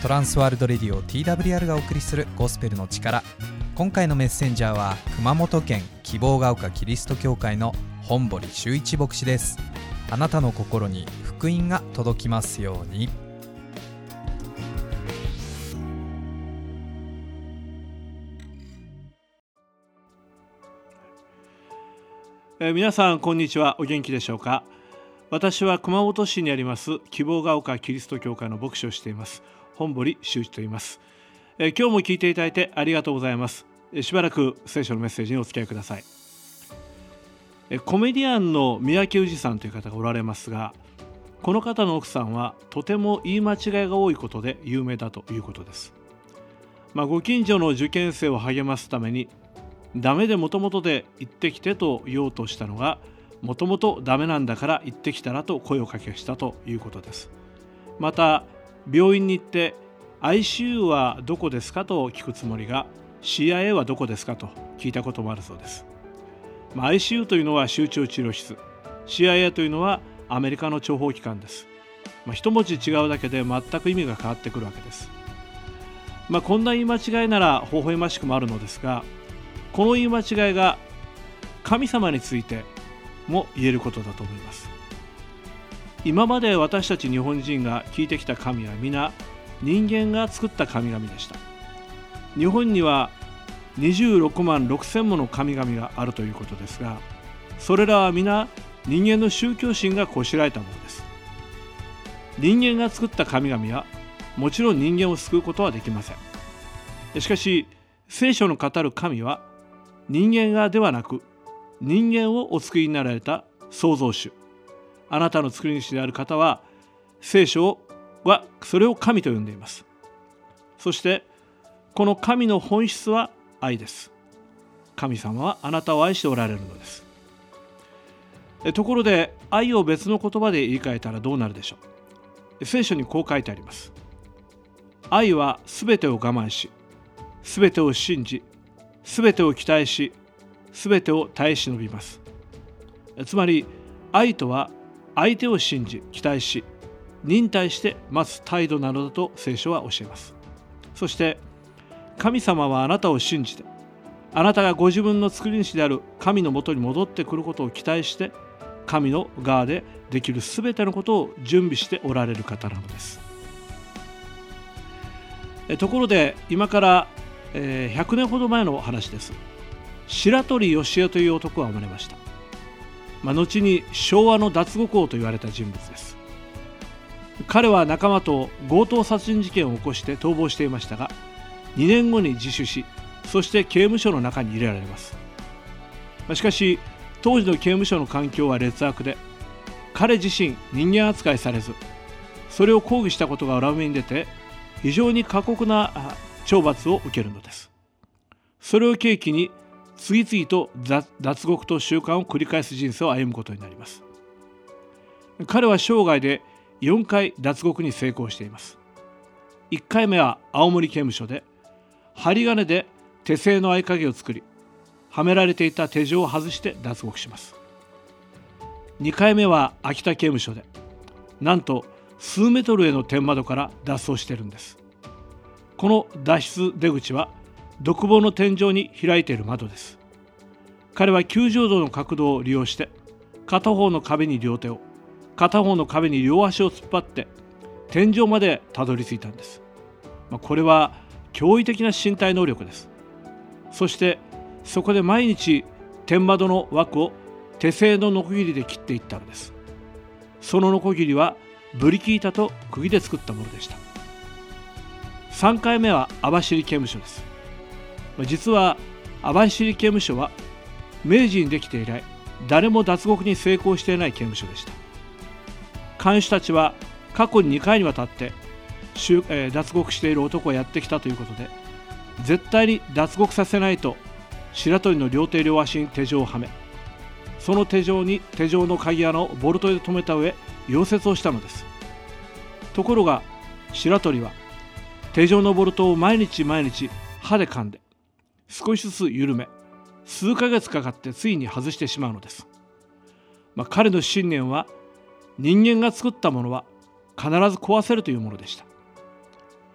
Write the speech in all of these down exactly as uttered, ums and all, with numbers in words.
トランスワールドレディオ ティーダブリューアール がお送りするゴスペルの力。今回のメッセンジャーは熊本県希望が丘キリスト教会の本堀修一牧師です。あなたの心に福音が届きますように。 えー、皆さんこんにちは。お元気でしょうか。私は熊本市にあります希望が丘キリスト教会の牧師をしています本堀修一と言います。えー、今日も聞いていただいてありがとうございます。えー、しばらく聖書のメッセージにお付き合いください。えー、コメディアンの三宅氏さんという方がおられますが、この方の奥さんはとても言い間違いが多いことで有名だということです。まあ、ご近所の受験生を励ますためにダメでもともとで行ってきてと言おうとしたのが、もともとダメなんだから行ってきたらと声をかけしたということです。また病院に行って アイシーユー はどこですかと聞くつもりが シーアイエー はどこですかと聞いたこともあるそうです。まあ、アイシーユー というのは集中治療室、 シーアイエー というのはアメリカの諜報機関です。まあ、一文字違うだけで全く意味が変わってくるわけです。まあ、こんな言い間違いなら微笑ましくもあるのですが、この言い間違いが神様についても言えることだと思います。今まで私たち日本人が聞いてきた神は皆人間が作った神々でした。日本にはにじゅうろくまんろくせんもの神々があるということですが、それらは皆人間の宗教心がこしらえたものです。人間が作った神々はもちろん人間を救うことはできません。しかし聖書の語る神は人間がではなく、人間をお救いになられた創造主、あなたの作り主である方は、聖書はそれを神と呼んでいます。そしてこの神の本質は愛です。神様はあなたを愛しておられるのです。ところで愛を別の言葉で言い換えたらどうなるでしょう。聖書にこう書いてあります。愛はすべてを我慢し、すべてを信じ、すべてを期待し、すべてを耐え忍びます。つまり愛とは相手を信じ期待し忍耐して待つ態度なのだと聖書は教えます。そして神様はあなたを信じて、あなたがご自分の作り主である神のもとに戻ってくることを期待して、神の側でできるすべてのことを準備しておられる方なのです。ところで今からひゃくねんほど前の話です。白鳥義江という男が生まれました。まあ、後に昭和の脱獄王と言われた人物です。彼は仲間と強盗殺人事件を起こして逃亡していましたが、にねんごに自首し、そして刑務所の中に入れられます。まあ、しかし当時の刑務所の環境は劣悪で、彼自身人間扱いされず、それを抗議したことが裏目に出て、非常に過酷な懲罰を受けるのです。それを契機に次々と脱獄と収監を繰り返す人生を歩むことになります。彼は生涯でよんかい脱獄に成功しています。いっかいめは青森刑務所で針金で手製の合鍵を作り、はめられていた手錠を外して脱獄します。にかいめは秋田刑務所でなんと数メートルへの天窓から脱走しているんです。この脱出出口は独房の天井に開いている窓です。彼はきゅうじゅうどの角度を利用して片方の壁に両手を、片方の壁に両足を突っ張って天井までたどり着いたんです。まあ、これは驚異的な身体能力です。そしてそこで毎日天窓の枠を手製のノコギリで切っていったのです。そのノコギリはブリキ板と釘で作ったものでした。さんかいめは網走刑務所です。実は網走刑務所は明治にできて以来誰も脱獄に成功していない刑務所でした。看守たちは過去ににかいにわたって脱獄している男をやってきたということで、絶対に脱獄させないと白鳥の両手両足に手錠をはめ、その手錠に手錠の鍵穴をボルトで留めた上溶接をしたのです。ところが白鳥は手錠のボルトを毎日毎日歯で噛んで少しずつ緩め、数ヶ月かかってついに外してしまうのです。まあ、彼の信念は人間が作ったものは必ず壊せるというものでした。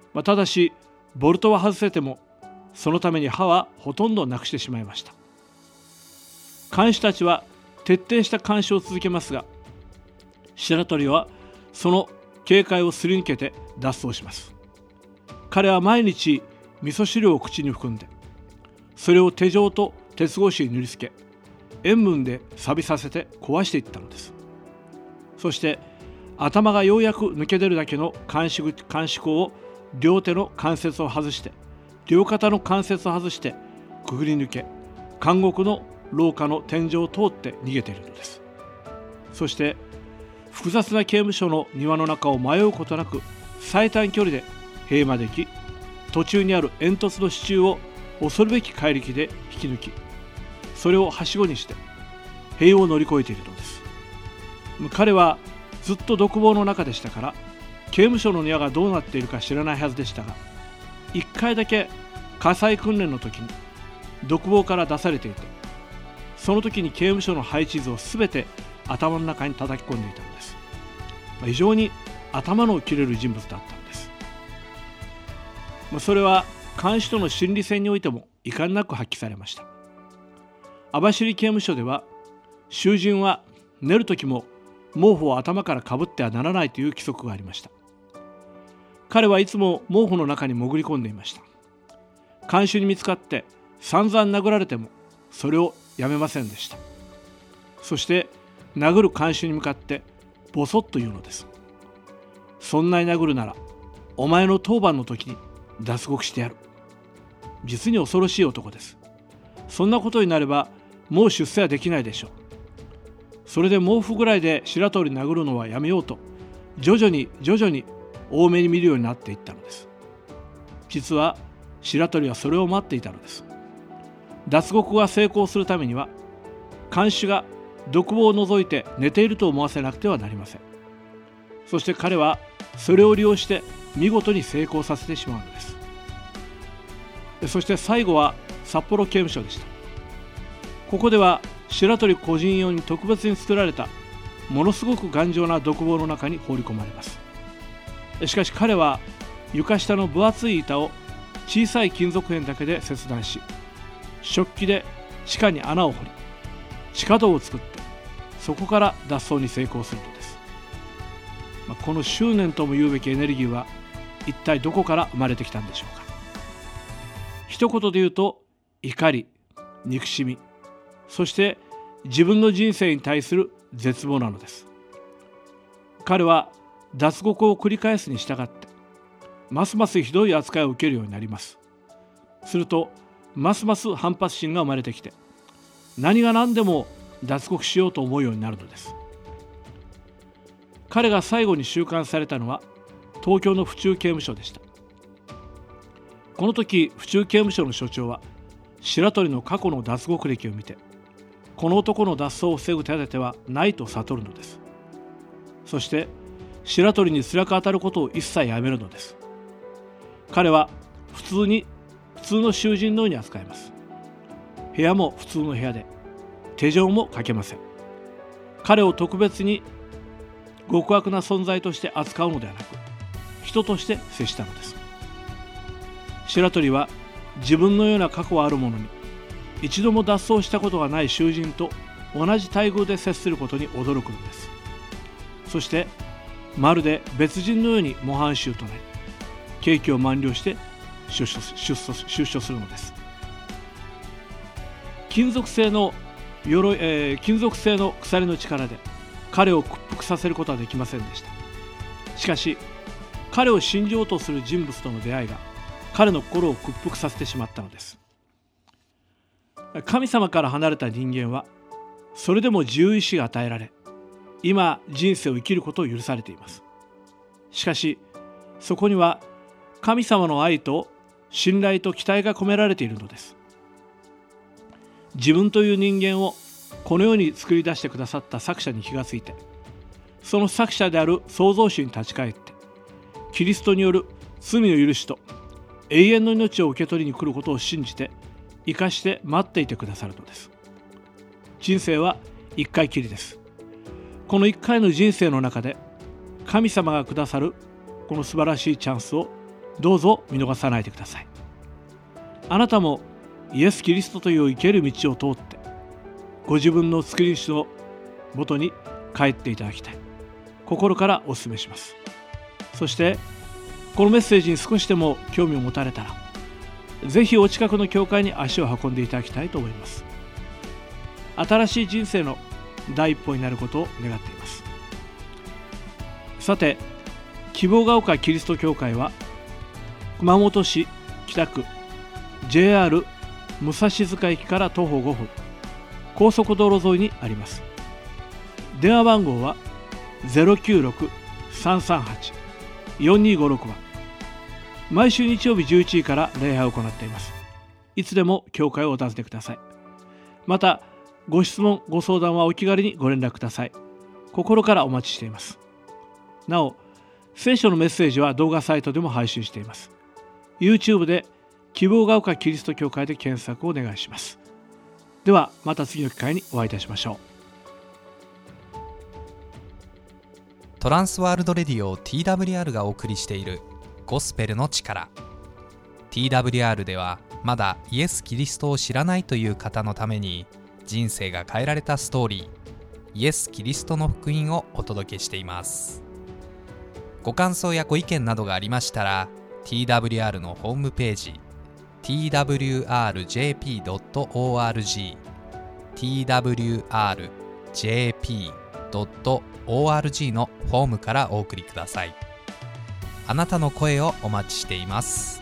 まあ、ただしボルトは外せてもそのために歯はほとんどなくしてしまいました。看守たちは徹底した監視を続けますが、白鳥はその警戒をすり抜けて脱走します。彼は毎日味噌汁を口に含んで、それを手錠と鉄格子に塗りつけ、塩分で錆びさせて壊していったのです。そして頭がようやく抜け出るだけの監視監視口を両手の関節を外して、両肩の関節を外してくぐり抜け、監獄の廊下の天井を通って逃げているのです。そして複雑な刑務所の庭の中を迷うことなく最短距離で塀まで行き、途中にある煙突の支柱を恐るべき怪力で引き抜き、それをはしごにして塀を乗り越えているのです。彼はずっと独房の中でしたから、刑務所の庭がどうなっているか知らないはずでしたが、いっかいだけ火災訓練の時に独房から出されていて、その時に刑務所の配置図をすべて頭の中に叩き込んでいたのです。非常に頭の切れる人物だったのです。それは看守との心理戦においても遺憾なく発揮されました。網走刑務所では、囚人は寝る時も毛布を頭からかぶってはならないという規則がありました。彼はいつも毛布の中に潜り込んでいました。看守に見つかって散々殴られてもそれをやめませんでした。そして殴る看守に向かってボソッと言うのです。そんなに殴るならお前の当番の時に脱獄してやる。実に恐ろしい男です。そんなことになればもう出世はできないでしょう。それで毛布ぐらいで白鳥殴るのはやめようと、徐々に徐々に多めに見るようになっていったのです。実は白鳥はそれを待っていたのです。脱獄が成功するためには、看守が独房を除いて寝ていると思わせなくてはなりません。そして彼はそれを利用して見事に成功させてしまうのです。そして最後は札幌刑務所でした。ここでは白鳥個人用に特別に作られたものすごく頑丈な独房の中に放り込まれます。しかし彼は床下の分厚い板を小さい金属片だけで切断し、食器で地下に穴を掘り、地下道を作って、そこから脱走に成功するのです。まあ、この執念とも言うべきエネルギーは一体どこから生まれてきたんでしょうか。一言で言うと、怒り、憎しみ、そして自分の人生に対する絶望なのです。彼は脱獄を繰り返すに従って、ますますひどい扱いを受けるようになります。するとますます反発心が生まれてきて、何が何でも脱獄しようと思うようになるのです。彼が最後に収監されたのは東京の府中刑務所でした。この時府中刑務所の所長は白鳥の過去の脱獄歴を見て、この男の脱走を防ぐ手立てはないと悟るのです。そして白鳥に辛く当たることを一切やめるのです。彼は普通に普通の囚人のように扱います。部屋も普通の部屋で、手錠もかけません。彼を特別に極悪な存在として扱うのではなく、人として接したのです。白鳥は自分のような過去はあるものに、一度も脱走したことがない囚人と同じ待遇で接することに驚くのです。そしてまるで別人のように模範囚となり、刑期を満了して出所、出所、出所するのです。金属製の鎧、えー、金属製の鎖の力で彼を屈服させることはできませんでした。しかし彼を信じようとする人物との出会いが彼の心を屈服させてしまったのです。神様から離れた人間はそれでも自由意志が与えられ、今人生を生きることを許されています。しかしそこには神様の愛と信頼と期待が込められているのです。自分という人間をこの世に作り出してくださった作者に気がついて、その作者である創造主に立ち返って、キリストによる罪の許しと永遠の命を受け取りに来ることを信じて生かして待っていてくださるのです。人生は一回きりです。この一回の人生の中で神様がくださるこの素晴らしいチャンスをどうぞ見逃さないでください。あなたもイエス・キリストという生ける道を通ってご自分の救い主のもとに帰っていただきたい、心からお勧めします。そしてこのメッセージに少しでも興味を持たれたら、ぜひお近くの教会に足を運んでいただきたいと思います。新しい人生の第一歩になることを願っています。さて、希望が丘キリスト教会は熊本市北区 ジェイアール 武蔵塚駅から徒歩ごふん、高速道路沿いにあります。電話番号は ゼロきゅうろく さんさんはち よんにごろく 番。毎週日曜日じゅういちじから礼拝を行っています。いつでも教会をお訪ねください。またご質問ご相談はお気軽にご連絡ください。心からお待ちしています。なお、聖書のメッセージは動画サイトでも配信しています。 YouTube で希望が丘キリスト教会で検索をお願いします。ではまた次の機会にお会いいたしましょう。 トランスワールドレディオ ティーダブリューアール がお送りしているゴスペルの力。 ティーダブリューアール ではまだイエス・キリストを知らないという方のために、人生が変えられたストーリー、イエス・キリストの福音をお届けしています。ご感想やご意見などがありましたら ティーダブリューアール のホームページ ティーダブリューアールジェーピードットオーアールジー ティーダブリューアールジェーピードットオーアールジー のフォームからお送りください。あなたの声をお待ちしています。